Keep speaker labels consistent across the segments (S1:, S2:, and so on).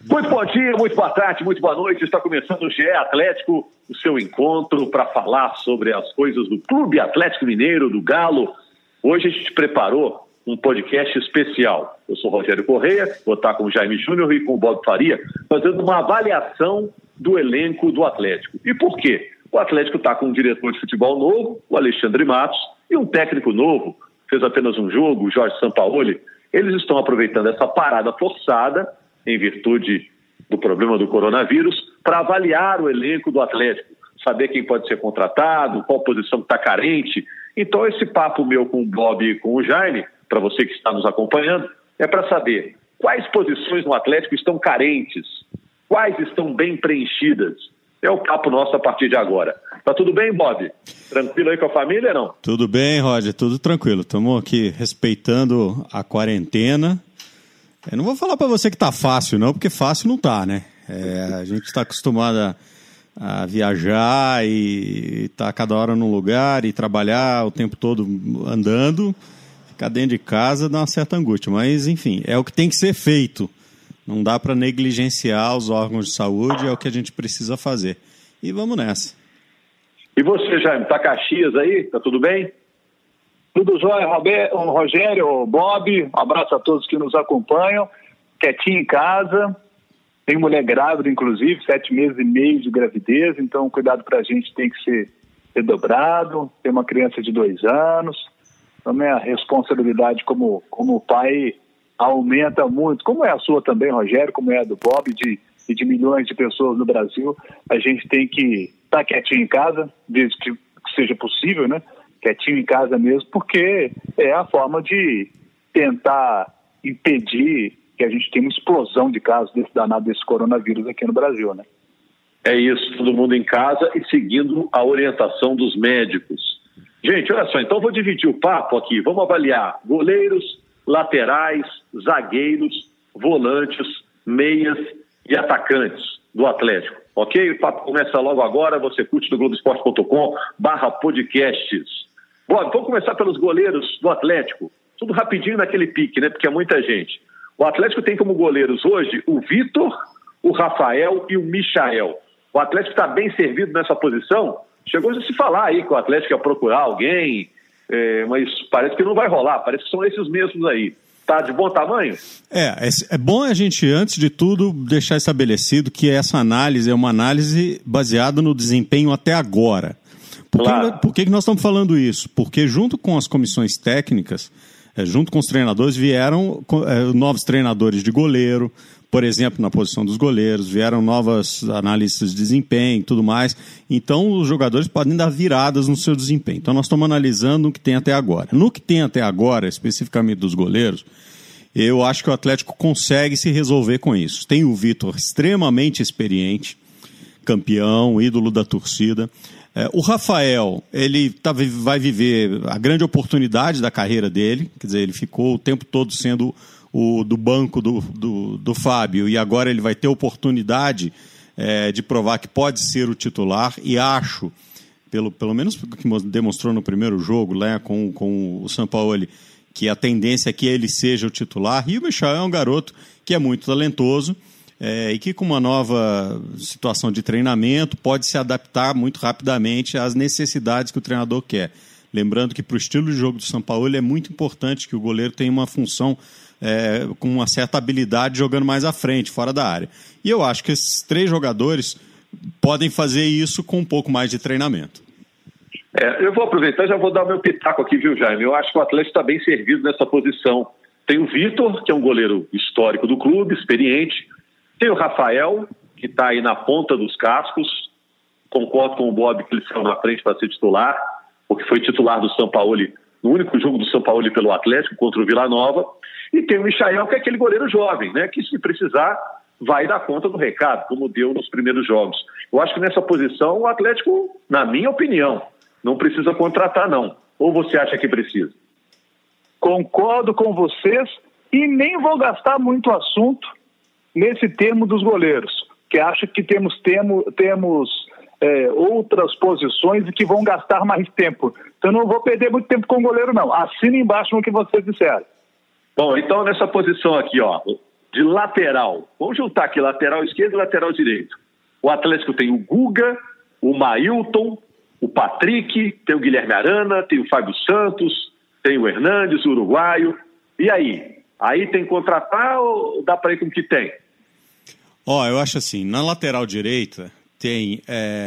S1: Muito bom dia, muito boa tarde, muito boa noite. Está começando o GE Atlético, o seu encontro para falar sobre as coisas do Clube Atlético Mineiro, do Galo. Hoje a gente preparou um podcast especial. Eu sou Rogério Correia, vou estar com o Jaime Júnior e com o Bob Faria, fazendo uma avaliação do elenco do Atlético. E por quê? O Atlético está com um diretor de futebol novo, o Alexandre Matos, e um técnico novo, fez apenas um jogo, o Jorge Sampaoli. Eles estão aproveitando essa parada forçada, em virtude do problema do coronavírus, para avaliar o elenco do Atlético, saber quem pode ser contratado, qual posição está carente. Então esse papo meu com o Bob e com o Jaime, para você que está nos acompanhando, é para saber quais posições no Atlético estão carentes, quais estão bem preenchidas. É o papo nosso a partir de agora. Tá tudo bem, Bob? Tranquilo aí com a família, não?
S2: Tudo bem, Roger, tudo tranquilo. Estamos aqui respeitando a quarentena. Eu não vou falar para você que tá fácil, não, porque fácil não tá, né? A gente está acostumado a viajar e tá cada hora num lugar e trabalhar o tempo todo andando. Ficar dentro de casa dá uma certa angústia, mas enfim, é o que tem que ser feito. Não dá para negligenciar os órgãos de saúde, é o que a gente precisa fazer. E vamos nessa.
S1: E você, Jaime, tá Caxias aí? Tá tudo bem?
S3: Tudo jóia, Rogério, Bob, um abraço a todos que nos acompanham. Quietinho em casa, tem mulher grávida, inclusive, 7 meses e meio de gravidez, então o cuidado pra gente tem que ser dobrado. Tem uma criança de 2 anos, então minha responsabilidade como pai aumenta muito, como é a sua também, Rogério, como é a do Bob e de milhões de pessoas no Brasil. A gente tem que estar quietinho em casa, desde que seja possível, né? Quietinho em casa mesmo, porque é a forma de tentar impedir que a gente tenha uma explosão de casos desse danado, desse coronavírus aqui no Brasil, né?
S1: É isso, todo mundo em casa e seguindo a orientação dos médicos. Gente, olha só, então vou dividir o papo aqui. Vamos avaliar goleiros, laterais, zagueiros, volantes, meias e atacantes do Atlético. Ok? O papo começa logo agora. Você curte do Globoesporte.com/podcasts. Bom, vamos começar pelos goleiros do Atlético. Tudo rapidinho naquele pique, né? Porque é muita gente. O Atlético tem como goleiros hoje o Vitor, o Rafael e o Michael. O Atlético está bem servido nessa posição. Chegou a se falar aí que o Atlético ia procurar alguém, mas parece que não vai rolar. Parece que são esses mesmos aí. Tá de bom tamanho?
S2: É bom a gente, antes de tudo, deixar estabelecido que essa análise é uma análise baseada no desempenho até agora. Por que nós estamos falando isso? Porque junto com as comissões técnicas, junto com os treinadores, vieram novos treinadores de goleiro, por exemplo, na posição dos goleiros, vieram novas analistas de desempenho e tudo mais. Então, os jogadores podem dar viradas no seu desempenho. Então, nós estamos analisando o que tem até agora. No que tem até agora, especificamente dos goleiros, eu acho que o Atlético consegue se resolver com isso. Tem o Vitor, extremamente experiente, campeão, ídolo da torcida. O Rafael, ele vai viver a grande oportunidade da carreira dele, quer dizer, ele ficou o tempo todo sendo o do banco do Fábio, e agora ele vai ter oportunidade de provar que pode ser o titular, e acho, pelo menos o que demonstrou no primeiro jogo, né, com o Sampaoli, que a tendência é que ele seja o titular. E o Michael é um garoto que é muito talentoso, e que com uma nova situação de treinamento pode se adaptar muito rapidamente às necessidades que o treinador quer. Lembrando que para o estilo de jogo do Sampaoli é muito importante que o goleiro tenha uma função com uma certa habilidade jogando mais à frente, fora da área. E eu acho que esses 3 jogadores podem fazer isso com um pouco mais de treinamento.
S1: Eu vou aproveitar e já vou dar o meu pitaco aqui, viu, Jaime? Eu acho que o Atlético está bem servido nessa posição. Tem o Vitor, que é um goleiro histórico do clube, experiente. Tem o Rafael, que está aí na ponta dos cascos. Concordo com o Bob que ele saiu na frente para ser titular, porque foi titular do Sampaoli no único jogo do Sampaoli pelo Atlético, contra o Vila Nova. E tem o Michael, que é aquele goleiro jovem, né, que se precisar vai dar conta do recado, como deu nos primeiros jogos. Eu acho que nessa posição o Atlético, na minha opinião, não precisa contratar, não. Ou você acha que precisa?
S3: Concordo com vocês e nem vou gastar muito assunto nesse termo dos goleiros, que acho que temos outras posições e que vão gastar mais tempo. Então não vou perder muito tempo com o goleiro, não. Assina embaixo no que vocês disseram.
S1: Bom, então nessa posição aqui, ó, de lateral, vamos juntar aqui lateral esquerdo e lateral direito. O Atlético tem o Guga, o Mailton, o Patrick, tem o Guilherme Arana, tem o Fábio Santos, tem o Hernandes, o uruguaio. E aí? Aí tem que contratar ou dá para ir com o que tem?
S2: Eu acho assim, na lateral direita tem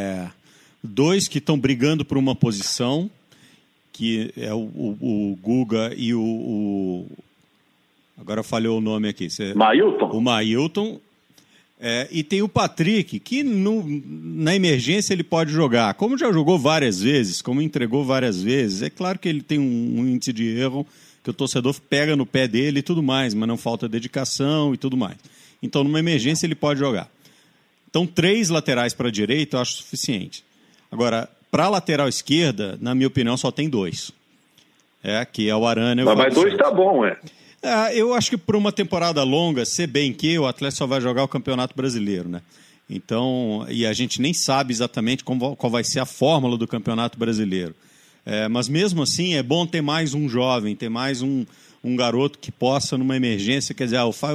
S2: dois que estão brigando por uma posição, que é o Guga e o agora falhou o nome aqui.
S1: Mailton?
S2: O Mailton. E tem o Patrick, que na emergência ele pode jogar. Como já jogou várias vezes, como entregou várias vezes, é claro que ele tem um índice de erro que o torcedor pega no pé dele e tudo mais, mas não falta dedicação e tudo mais. Então, numa emergência, ele pode jogar. Então, 3 laterais para a direita eu acho suficiente. Agora, para a lateral esquerda, na minha opinião, só tem 2. Que é o Arana e o Fábio
S1: Mas 2
S2: Santos.
S1: tá bom,
S2: Eu acho que por uma temporada longa, se bem que o Atlético só vai jogar o Campeonato Brasileiro, né? Então, e a gente nem sabe exatamente qual vai ser a fórmula do Campeonato Brasileiro. Mas mesmo assim, é bom ter mais um jovem, ter mais um garoto que possa, numa emergência, quer dizer,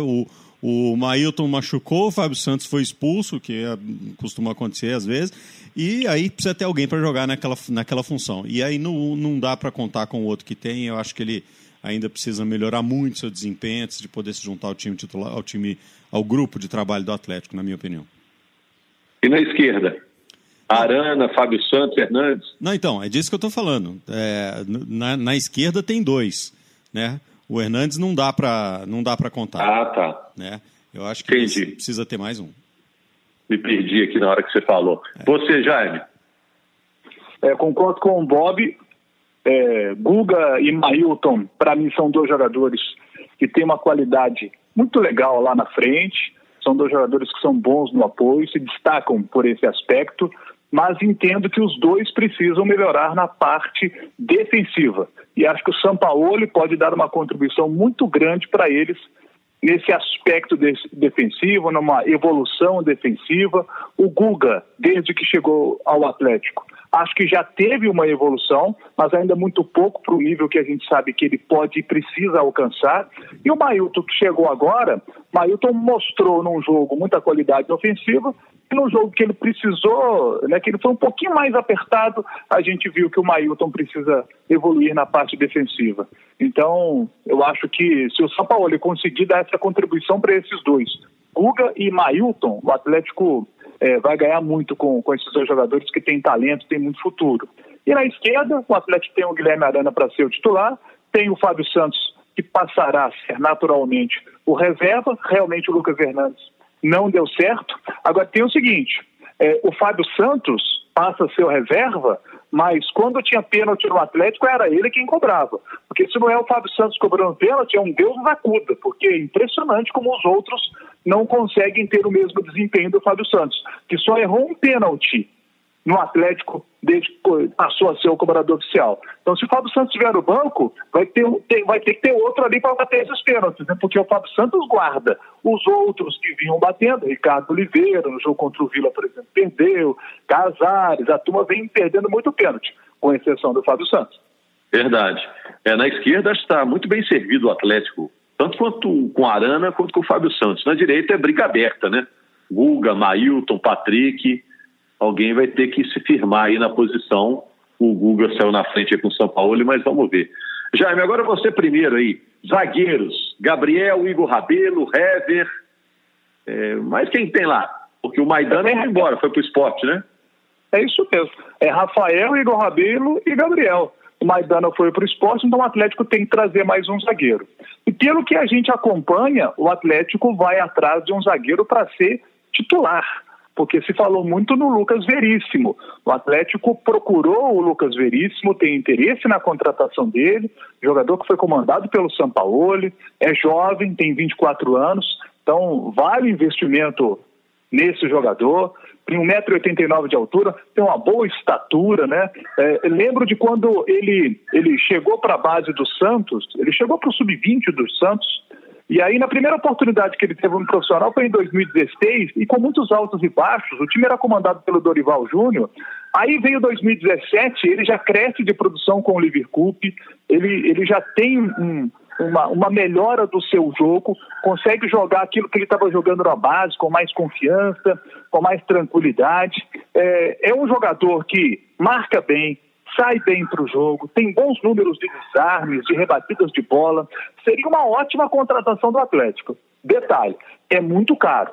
S2: o Mailton machucou, o Fábio Santos foi expulso, que costuma acontecer às vezes, e aí precisa ter alguém para jogar naquela função. E aí não dá para contar com o outro que tem, eu acho que ele ainda precisa melhorar muito seu desempenho antes de poder se juntar ao time titular, ao grupo de trabalho do Atlético, na minha opinião.
S1: E na esquerda? Arana, Fábio Santos, Hernandes?
S2: Não, então, é disso que eu estou falando. Na esquerda tem 2, né? O Hernandes não dá para contar.
S1: Ah, tá.
S2: Né? Eu acho que precisa ter mais um.
S1: Me perdi aqui na hora que você falou. Você, Jaime?
S3: Concordo com o Bob. Guga e Mailton, para mim, são 2 jogadores que têm uma qualidade muito legal lá na frente. São 2 jogadores que são bons no apoio, se destacam por esse aspecto, mas entendo que os 2 precisam melhorar na parte defensiva. E acho que o Sampaoli pode dar uma contribuição muito grande para eles nesse aspecto defensivo, numa evolução defensiva. O Guga, desde que chegou ao Atlético, acho que já teve uma evolução, mas ainda muito pouco para o nível que a gente sabe que ele pode e precisa alcançar. E o Mailton, que chegou agora, Mailton mostrou num jogo muita qualidade ofensiva, e num jogo que ele precisou, né, que ele foi um pouquinho mais apertado, a gente viu que o Mailton precisa evoluir na parte defensiva. Então, eu acho que se o Sampaoli conseguir dar essa contribuição para esses 2, Guga e Mailton, o Atlético vai ganhar muito com esses 2 jogadores que têm talento, têm muito futuro. E na esquerda, o Atlético tem o Guilherme Arana para ser o titular, tem o Fábio Santos, que passará a ser naturalmente o reserva. Realmente o Lucas Hernandes não deu certo. Agora tem o seguinte, o Fábio Santos passa a ser o reserva, mas quando tinha pênalti no Atlético era ele quem cobrava. Porque se não é o Fábio Santos cobrando pênalti, é um Deus nos acuda, porque é impressionante como os outros não conseguem ter o mesmo desempenho do Fábio Santos, que só errou um pênalti no Atlético desde que passou a ser o cobrador oficial. Então, se o Fábio Santos estiver no banco, vai ter que ter outro ali para bater esses pênaltis, né? Porque o Fábio Santos guarda. Os outros que vinham batendo, Ricardo Oliveira, no jogo contra o Vila, por exemplo, perdeu, Casares, a turma vem perdendo muito pênalti, com exceção do Fábio Santos.
S1: Verdade. Na esquerda está muito bem servido o Atlético, tanto quanto com a Arana quanto com o Fábio Santos. Na direita é briga aberta, né? Guga, Mailton, Patrick. Alguém vai ter que se firmar aí na posição. O Guga saiu na frente aí com o Sampaoli, mas vamos ver. Jaime, agora você primeiro aí. Zagueiros, Gabriel, Igor Rabelo, Hever. Mas quem tem lá? Porque o Maidana foi embora, foi pro Sport, né?
S3: É isso mesmo. Rafael, Igor Rabelo e Gabriel. O Maidana foi pro Sport, então o Atlético tem que trazer mais um zagueiro. E pelo que a gente acompanha, o Atlético vai atrás de um zagueiro para ser titular. Porque se falou muito no Lucas Veríssimo. O Atlético procurou o Lucas Veríssimo, tem interesse na contratação dele, jogador que foi comandado pelo Sampaoli, é jovem, tem 24 anos, então vale investimento nesse jogador, tem 1,89 m de altura, tem uma boa estatura, né? Lembro de quando ele chegou para a base do Santos, ele chegou para o sub-20 do Santos, e aí, na primeira oportunidade que ele teve no profissional foi em 2016, e com muitos altos e baixos. O time era comandado pelo Dorival Júnior. Aí veio 2017, ele já cresce de produção com o Liverpool, ele já tem uma melhora do seu jogo, consegue jogar aquilo que ele estava jogando na base, com mais confiança, com mais tranquilidade. É um jogador que marca bem, sai bem para o jogo, tem bons números de desarmes, de rebatidas de bola. Seria uma ótima contratação do Atlético. Detalhe, é muito caro.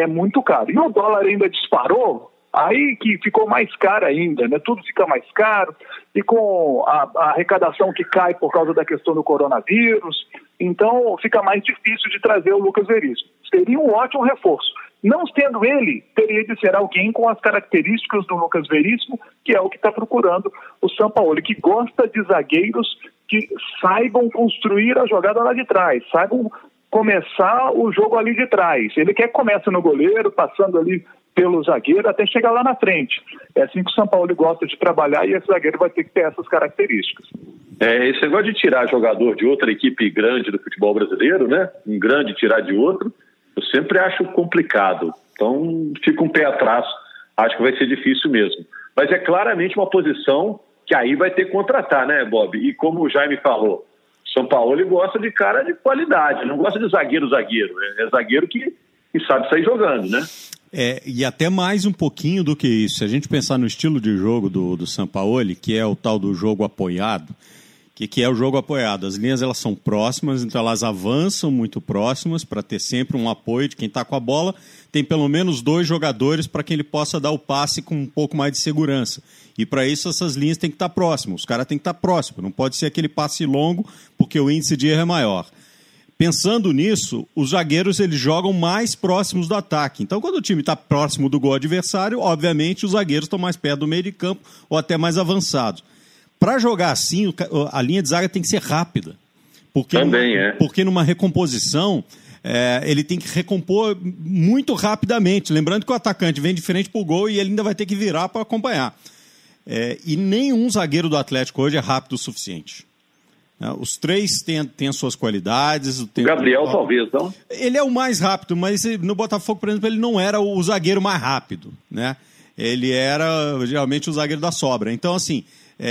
S3: E o dólar ainda disparou, aí que ficou mais caro ainda, né? Tudo fica mais caro, e com a arrecadação que cai por causa da questão do coronavírus, então fica mais difícil de trazer o Lucas Veríssimo. Seria um ótimo reforço. Não sendo ele, teria de ser alguém com as características do Lucas Veríssimo, que é o que está procurando o Sampaoli, que gosta de zagueiros que saibam construir a jogada lá de trás, saibam começar o jogo ali de trás. Ele quer que comece no goleiro, passando ali pelo zagueiro, até chegar lá na frente. É assim que o Sampaoli gosta de trabalhar, e esse zagueiro vai ter que ter essas características.
S1: Esse negócio de tirar jogador de outra equipe grande do futebol brasileiro, né? Um grande tirar de outro, eu sempre acho complicado. Então, fica um pé atrás. Acho que vai ser difícil mesmo. Mas é claramente uma posição que aí vai ter que contratar, né, Bob? E como o Jaime falou, o Sampaoli gosta de cara de qualidade, não gosta de zagueiro. É zagueiro que sabe sair jogando, né?
S2: E até mais um pouquinho do que isso. Se a gente pensar no estilo de jogo do Sampaoli, que é o tal do jogo apoiado, que é o jogo apoiado? As linhas elas são próximas, então elas avançam muito próximas para ter sempre um apoio de quem está com a bola. Tem pelo menos 2 jogadores para que ele possa dar o passe com um pouco mais de segurança. E para isso essas linhas têm que estar próximas, os caras têm que estar próximos. Não pode ser aquele passe longo, porque o índice de erro é maior. Pensando nisso, os zagueiros eles jogam mais próximos do ataque. Então, quando o time está próximo do gol adversário, obviamente os zagueiros estão mais perto do meio de campo ou até mais avançados. Para jogar assim, a linha de zaga tem que ser rápida. Porque numa recomposição, ele tem que recompor muito rapidamente. Lembrando que o atacante vem de frente para o gol e ele ainda vai ter que virar para acompanhar. E nenhum zagueiro do Atlético hoje é rápido o suficiente. Os 3 têm as suas qualidades.
S1: O Gabriel talvez, não?
S2: Ele é o mais rápido, mas no Botafogo, por exemplo, ele não era o zagueiro mais rápido, né? Ele era geralmente o zagueiro da sobra. Então, assim,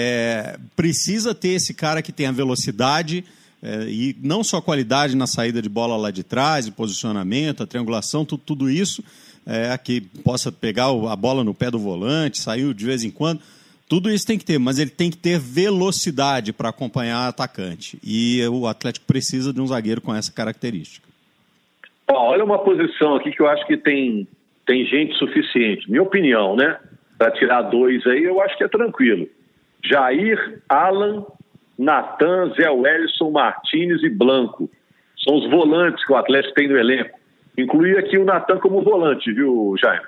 S2: precisa ter esse cara que tem a velocidade e não só qualidade na saída de bola lá de trás, o posicionamento, a triangulação, tudo isso, que possa pegar a bola no pé do volante, sair de vez em quando. Tudo isso tem que ter, mas ele tem que ter velocidade para acompanhar o atacante. E o Atlético precisa de um zagueiro com essa característica.
S1: Olha uma posição aqui que eu acho que tem gente suficiente. Minha opinião, né? Para tirar 2 aí, eu acho que é tranquilo. Jair, Alan, Natan, Zé Wellison, Martínez e Blanco. São os volantes que o Atlético tem no elenco. Incluir aqui o Natan como volante, viu, Jair?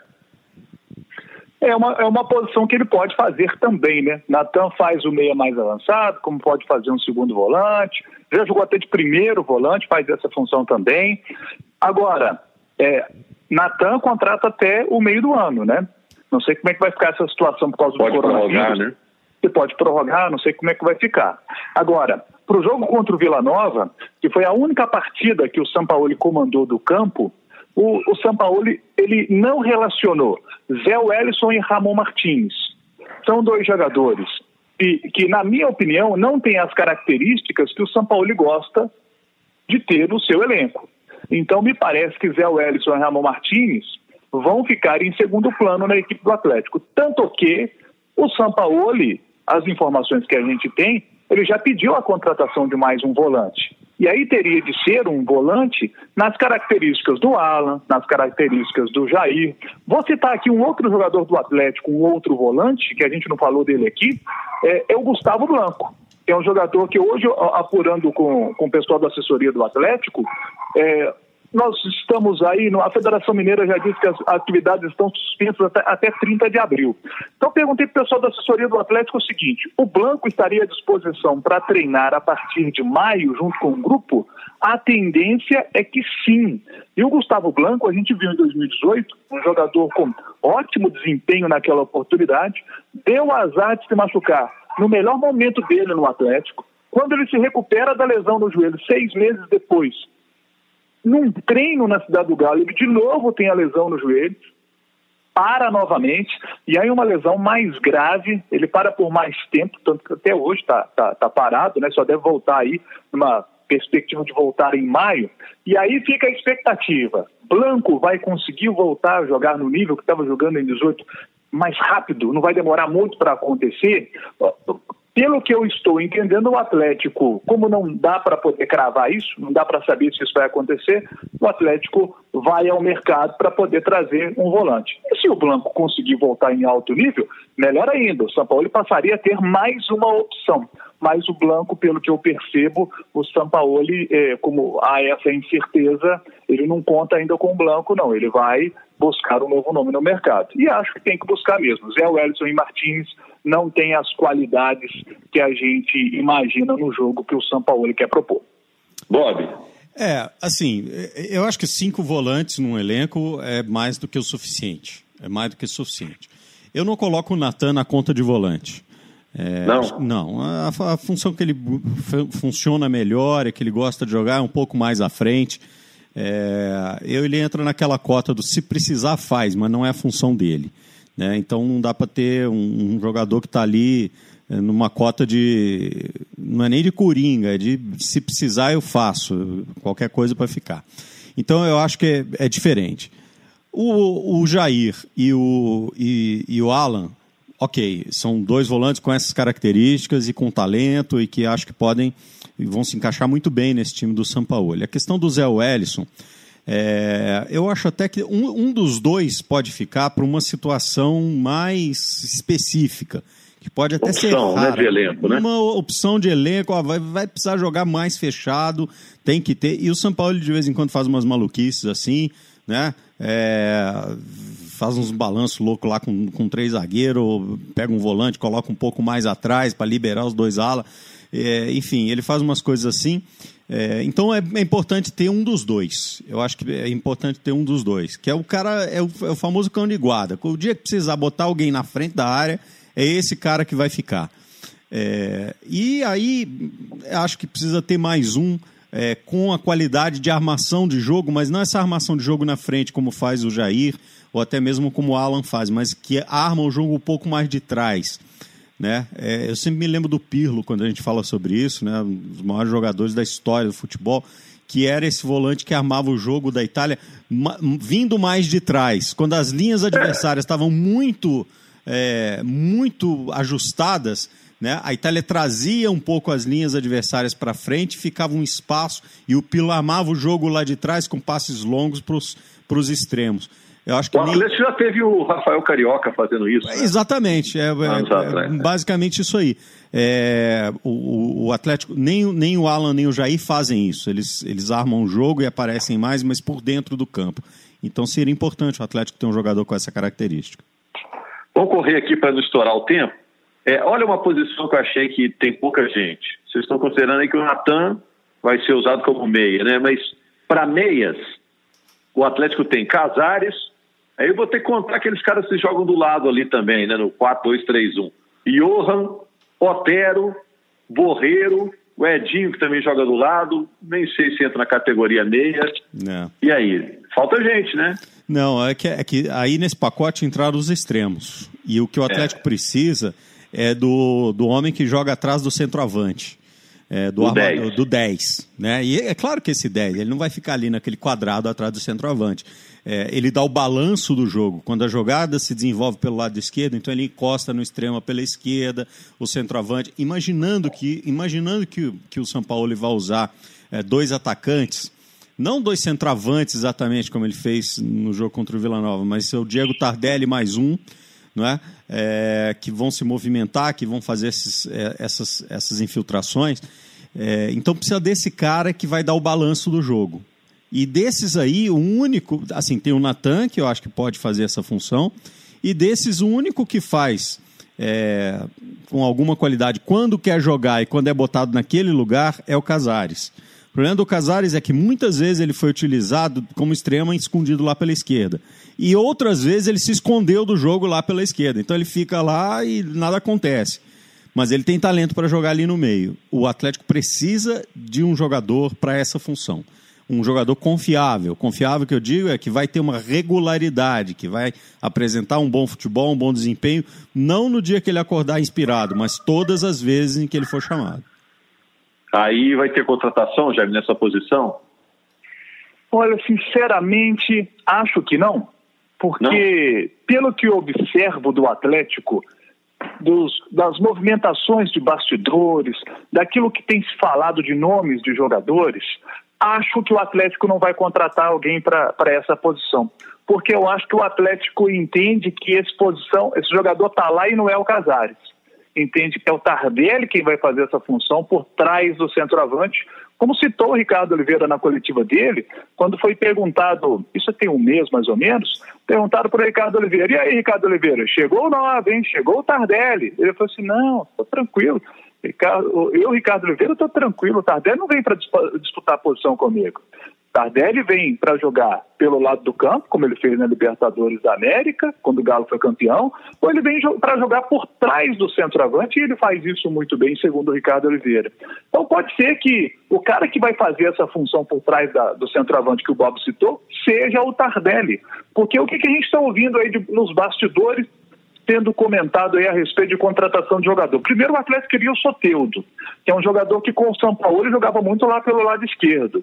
S3: É uma posição que ele pode fazer também, né? Natan faz o meia mais avançado, como pode fazer um segundo volante. Já jogou até de primeiro volante, faz essa função também. Agora, Natan contrata até o meio do ano, né? Não sei como é que vai ficar essa situação por causa do coronavírus. Pode prorrogar, né? Você pode prorrogar, não sei como é que vai ficar. Agora, para o jogo contra o Vila Nova, que foi a única partida que o Sampaoli comandou do campo, o Sampaoli ele não relacionou Zé Wellison e Ramon Martins. São 2 jogadores que, na minha opinião, não têm as características que o Sampaoli gosta de ter no seu elenco. Então, me parece que Zé Wellison e Ramon Martins vão ficar em segundo plano na equipe do Atlético. Tanto que o Sampaoli, as informações que a gente tem, ele já pediu a contratação de mais um volante. E aí teria de ser um volante nas características do Alan, nas características do Jair. Vou citar aqui um outro jogador do Atlético, um outro volante, que a gente não falou dele aqui, é o Gustavo Blanco. É um jogador que hoje, apurando com o pessoal da assessoria do Atlético, nós estamos aí, a Federação Mineira já disse que as atividades estão suspensas até 30 de abril. Então perguntei para o pessoal da assessoria do Atlético o seguinte: o Blanco estaria à disposição para treinar a partir de maio junto com o grupo? A tendência é que sim. E o Gustavo Blanco, a gente viu em 2018, um jogador com ótimo desempenho naquela oportunidade, deu azar de se machucar no melhor momento dele no Atlético. Quando ele se recupera da lesão no joelho, 6 meses depois, num treino na Cidade do Galo, ele de novo tem a lesão no joelho, para novamente, e aí uma lesão mais grave, ele para por mais tempo, tanto que até hoje está parado, né? Só deve voltar aí numa perspectiva de voltar em maio, e aí fica a expectativa. Blanco vai conseguir voltar a jogar no nível que estava jogando em 18 mais rápido, não vai demorar muito para acontecer? Pelo que eu estou entendendo, o Atlético, como não dá para poder cravar isso, não dá para saber se isso vai acontecer, o Atlético vai ao mercado para poder trazer um volante. E se o Blanco conseguir voltar em alto nível, melhor ainda, o São Paulo passaria a ter mais uma opção. Mas o Blanco, pelo que eu percebo, o Sampaoli, como há essa incerteza, ele não conta ainda com o Blanco, não. Ele vai buscar um novo nome no mercado. E acho que tem que buscar mesmo. Zé Wellison e Martins não têm as qualidades que a gente imagina no jogo que o Sampaoli quer propor.
S1: Bob?
S2: Eu acho que 5 volantes num elenco é mais do que o suficiente. Eu não coloco o Natan na conta de volante. Não, a função que ele funciona melhor e que ele gosta de jogar é um pouco mais à frente. Ele entra naquela cota do se precisar faz, mas não é a função dele, né? Então não dá para ter um jogador que está ali numa cota de, não é nem de coringa, é de se precisar eu faço qualquer coisa para ficar. Então eu acho que é diferente. O Jair e o Alan, ok, são 2 volantes com essas características e com talento e que acho que vão se encaixar muito bem nesse time do Sampaoli. A questão do Zé Wellison, eu acho até que um dos 2 pode ficar para uma situação mais específica, que pode até ser rara,
S1: de elenco, né?
S2: Uma opção de elenco, vai precisar jogar mais fechado, tem que ter, e o Sampaoli de vez em quando faz umas maluquices assim, né? Faz uns balanços loucos lá com 3 zagueiros, pega um volante, coloca um pouco mais atrás para liberar os 2 alas. Enfim, ele faz umas coisas assim. Então é importante ter um dos 2. Eu acho que é importante ter um dos 2, que é o cara, é o famoso cão de guarda. O dia que precisar botar alguém na frente da área, é esse cara que vai ficar. E aí, acho que precisa ter mais um com a qualidade de armação de jogo, mas não essa armação de jogo na frente como faz o Jair, ou até mesmo como o Alan faz, mas que arma o jogo um pouco mais de trás, né? Eu sempre me lembro do Pirlo, quando a gente fala sobre isso, né? Um dos maiores jogadores da história do futebol, que era esse volante que armava o jogo da Itália vindo mais de trás. Quando as linhas adversárias estavam muito ajustadas, né? A Itália trazia um pouco as linhas adversárias para frente, ficava um espaço e o Pirlo armava o jogo lá de trás com passes longos para os extremos. Eu acho que
S1: o Atlético já teve o Rafael Carioca fazendo isso. Né?
S2: Exatamente, basicamente isso aí. O Atlético, nem o Alan nem o Jair fazem isso. Eles armam o jogo e aparecem mais, mas por dentro do campo. Então seria importante o Atlético ter um jogador com essa característica.
S1: Vamos correr aqui para não estourar o tempo. Olha uma posição que eu achei que tem pouca gente. Vocês estão considerando aí que o Natan vai ser usado como meia, né? Mas para meias, o Atlético tem Casares. Aí eu vou ter que contar aqueles caras que jogam do lado ali também, né? No 4-2-3-1. Johan, Otero, Borreiro, o Edinho, que também joga do lado. Nem sei se entra na categoria meia.
S2: Não.
S1: E aí? Falta gente, né?
S2: Não, é que aí nesse pacote entraram os extremos. E o que o Atlético precisa é do homem que joga atrás do centroavante. Do 10, né? E é claro que esse 10, ele não vai ficar ali naquele quadrado atrás do centroavante. Ele dá o balanço do jogo. Quando a jogada se desenvolve pelo lado esquerdo, então ele encosta no extremo pela esquerda, o centroavante, imaginando que o Sampaoli vai usar 2 atacantes, não 2 centroavantes exatamente como ele fez no jogo contra o Vila Nova, mas o Diego Tardelli mais um, não é? Que vão se movimentar, que vão fazer essas infiltrações. Então precisa desse cara que vai dar o balanço do jogo. E desses aí, o único... Assim, tem o Natan, que eu acho que pode fazer essa função. E desses, o único que faz com alguma qualidade, quando quer jogar e quando é botado naquele lugar, é o Casares. O problema do Casares é que muitas vezes ele foi utilizado como extremo escondido lá pela esquerda. E outras vezes ele se escondeu do jogo lá pela esquerda. Então ele fica lá e nada acontece. Mas ele tem talento para jogar ali no meio. O Atlético precisa de um jogador para essa função. Um jogador confiável. Confiável que eu digo é que vai ter uma regularidade, que vai apresentar um bom futebol, um bom desempenho, não no dia que ele acordar inspirado, mas todas as vezes em que ele for chamado.
S1: Aí vai ter contratação, Jaime, nessa posição?
S3: Olha, sinceramente, acho que não. Porque, pelo que eu observo do Atlético, das movimentações de bastidores, daquilo que tem se falado de nomes de jogadores, acho que o Atlético não vai contratar alguém para essa posição. Porque eu acho que o Atlético entende que esse jogador está lá e não é o Casares. Entende que é o Tardelli quem vai fazer essa função por trás do centroavante, como citou o Ricardo Oliveira na coletiva dele, quando foi perguntado, isso tem um mês mais ou menos, perguntaram para o Ricardo Oliveira: e aí, Ricardo Oliveira, chegou o 9, hein? Chegou o Tardelli? Ele falou assim: não, estou tranquilo. Ricardo Oliveira, estou tranquilo, o Tardelli não vem para disputar a posição comigo. Tardelli vem para jogar pelo lado do campo, como ele fez na Libertadores da América, quando o Galo foi campeão, ou ele vem para jogar por trás do centroavante, e ele faz isso muito bem, segundo o Ricardo Oliveira. Então pode ser que o cara que vai fazer essa função por trás do centroavante que o Bob citou, seja o Tardelli. Porque o que a gente está ouvindo aí nos bastidores, tendo comentado aí a respeito de contratação de jogador. Primeiro, o Atlético queria o Soteldo, que é um jogador que com o São Paulo jogava muito lá pelo lado esquerdo.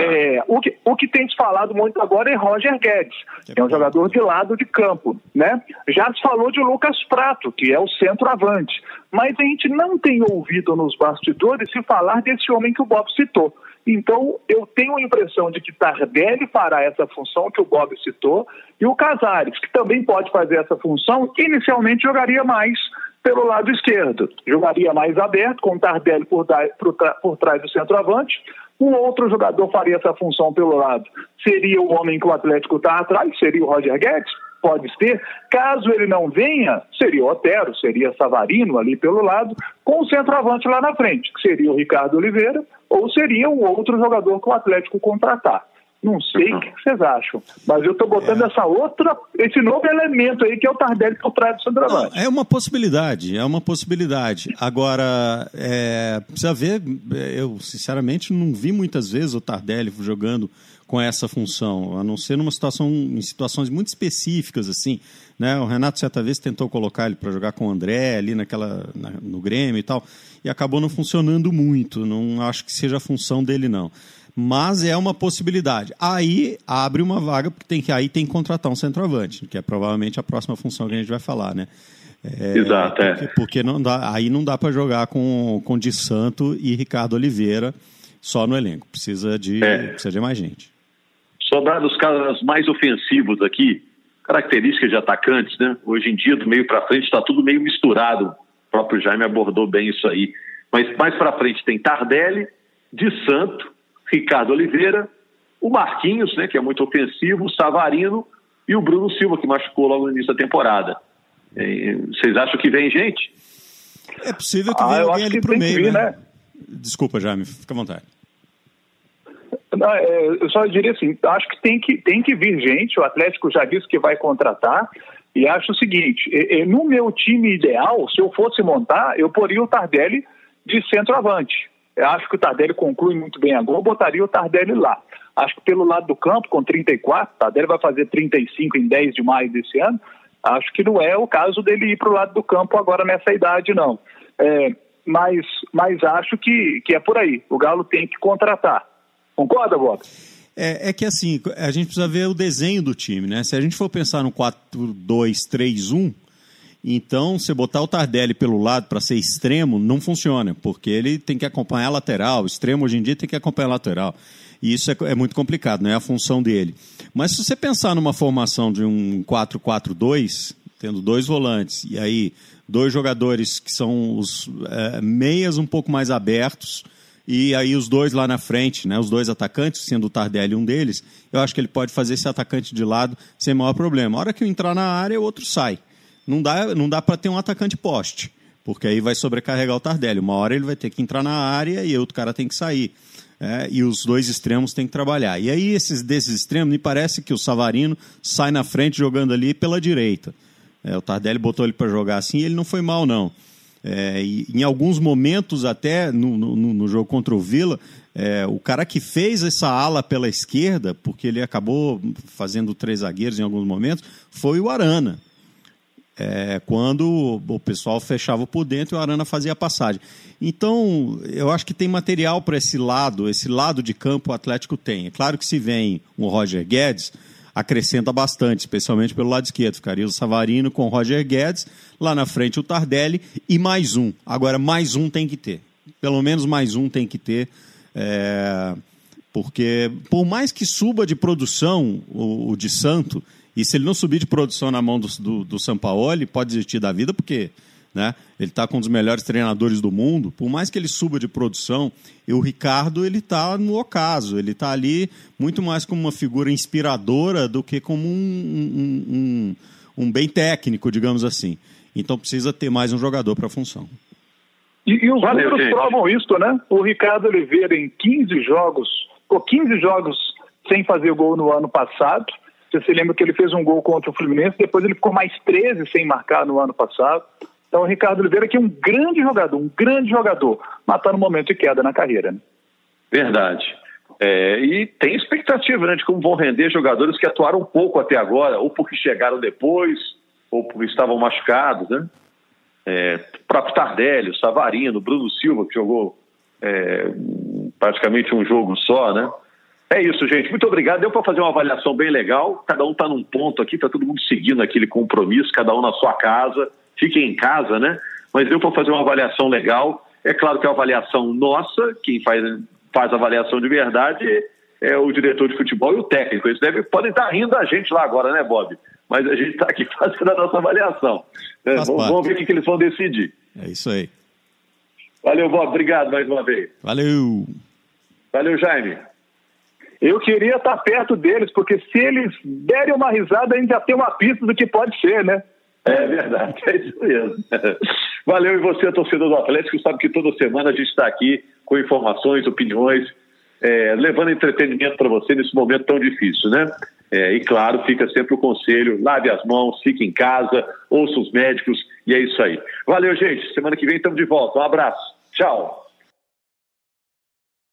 S3: O que tem se falado muito agora é Roger Guedes, que é um jogador de lado de campo, né? Já se falou de Lucas Prato, que é o centroavante, mas a gente não tem ouvido nos bastidores se falar desse homem que o Bob citou. Então, eu tenho a impressão de que Tardelli fará essa função que o Bob citou, e o Casares, que também pode fazer essa função, inicialmente jogaria mais pelo lado esquerdo. Jogaria mais aberto, com Tardelli por trás do centroavante. Um outro jogador faria essa função pelo lado. Seria o homem que o Atlético está atrás, seria o Roger Guedes, pode ser. Caso ele não venha, seria o Otero, seria Savarino ali pelo lado, com o centroavante lá na frente, que seria o Ricardo Oliveira, ou seria um outro jogador que o Atlético contratar. Não sei o que vocês acham, mas eu estou botando esse novo elemento aí, que é o Tardelli por trás do centroavante.
S2: É uma possibilidade. Agora, precisa ver, eu sinceramente não vi muitas vezes o Tardelli jogando com essa função, a não ser em situações muito específicas, assim, né? O Renato certa vez tentou colocar ele para jogar com o André ali no Grêmio e tal, e acabou não funcionando muito. Não acho que seja a função dele, não. Mas é uma possibilidade. Aí abre uma vaga, porque tem que contratar um centroavante, que é provavelmente a próxima função que a gente vai falar, né?
S1: Exato,
S2: porque não dá para jogar com Di Santo e Ricardo Oliveira só no elenco. Precisa de mais gente.
S1: Só dar os caras mais ofensivos aqui, características de atacantes, né? Hoje em dia, do meio para frente, está tudo meio misturado. O próprio Jaime abordou bem isso aí. Mas mais para frente tem Tardelli, Di Santo, Ricardo Oliveira, o Marquinhos, né, que é muito ofensivo, o Savarino e o Bruno Silva, que machucou logo no início da temporada. Vocês acham que vem gente?
S2: É possível que venha alguém ali pro meio, né? Desculpa, Jaime, fica à vontade.
S3: Eu só diria assim, acho que tem que vir gente, o Atlético já disse que vai contratar, e acho o seguinte, no meu time ideal, se eu fosse montar, eu poria o Tardelli de centroavante. Eu acho que o Tardelli conclui muito bem agora, eu botaria o Tardelli lá. Acho que pelo lado do campo, com 34, o Tardelli vai fazer 35 em 10 de maio desse ano, acho que não é o caso dele ir para o lado do campo agora nessa idade, não. Mas acho que é por aí, o Galo tem que contratar. Concorda, Bob?
S2: É que assim, a gente precisa ver o desenho do time, né? Se a gente for pensar no 4-2-3-1, então você botar o Tardelli pelo lado para ser extremo não funciona, porque ele tem que acompanhar a lateral, o extremo hoje em dia tem que acompanhar a lateral. E isso é muito complicado, não é a função dele. Mas se você pensar numa formação de um 4-4-2, tendo 2 volantes, e aí 2 jogadores que são os meias um pouco mais abertos, e aí os 2 lá na frente, né, os 2 atacantes, sendo o Tardelli um deles, eu acho que ele pode fazer esse atacante de lado sem maior problema. A hora que um entrar na área, o outro sai. Não dá para ter um atacante poste, porque aí vai sobrecarregar o Tardelli. Uma hora ele vai ter que entrar na área e outro cara tem que sair. E os 2 extremos têm que trabalhar. E aí desses extremos, me parece que o Savarino sai na frente jogando ali pela direita. O Tardelli botou ele para jogar assim e ele não foi mal, não. E em alguns momentos até no jogo contra o Vila, o cara que fez essa ala pela esquerda, porque ele acabou fazendo 3 zagueiros em alguns momentos, foi o Arana. quando o pessoal fechava por dentro e o Arana fazia a passagem. Então, eu acho que tem material para esse lado de campo o Atlético tem. É claro que se vem um Roger Guedes, acrescenta bastante, especialmente pelo lado esquerdo. Ficaria o Savarino com o Roger Guedes, lá na frente o Tardelli e mais um. Agora, mais um tem que ter. Pelo menos mais um tem que ter, porque por mais que suba de produção o de Santo, e se ele não subir de produção na mão do Sampaoli, pode desistir da vida, porque, né, ele está com um dos melhores treinadores do mundo. Por mais que ele suba de produção, e o Ricardo está no ocaso, ele está ali muito mais como uma figura inspiradora do que como um bem técnico, digamos assim. Então precisa ter mais um jogador para a função.
S3: E os números provam isso, né? O Ricardo Oliveira em 15 jogos sem fazer gol no ano passado. Você se lembra que ele fez um gol contra o Fluminense, depois ele ficou mais 13 sem marcar no ano passado. Então o Ricardo Oliveira que é um grande jogador, mas está no momento de queda na carreira. Né?
S1: Verdade. E tem expectativa, né, de como vão render jogadores que atuaram pouco até agora, ou porque chegaram depois, ou porque estavam machucados, né? O próprio Tardelli, o Savarino, o Bruno Silva, que jogou praticamente um jogo só, né? É isso, gente. Muito obrigado. Deu para fazer uma avaliação bem legal. Cada um está num ponto aqui, está todo mundo seguindo aquele compromisso, cada um na sua casa. Fiquem em casa, né? Mas deu para fazer uma avaliação legal. É claro que é uma avaliação nossa, quem faz a avaliação de verdade é o diretor de futebol e o técnico. Eles podem estar rindo da gente lá agora, né, Bob? Mas a gente está aqui fazendo a nossa avaliação. Vamos ver o que eles vão decidir.
S2: É isso aí.
S1: Valeu, Bob. Obrigado mais uma vez.
S2: Valeu.
S1: Valeu, Jaime.
S3: Eu queria estar perto deles, porque se eles derem uma risada, a gente já tem uma pista do que pode ser, né?
S1: É verdade, é isso mesmo. Valeu, e você, torcedor do Atlético, sabe que toda semana a gente está aqui com informações, opiniões, levando entretenimento para você nesse momento tão difícil, né? E claro, fica sempre o conselho, lave as mãos, fique em casa, ouça os médicos, e é isso aí. Valeu, gente, semana que vem estamos de volta, um abraço, tchau.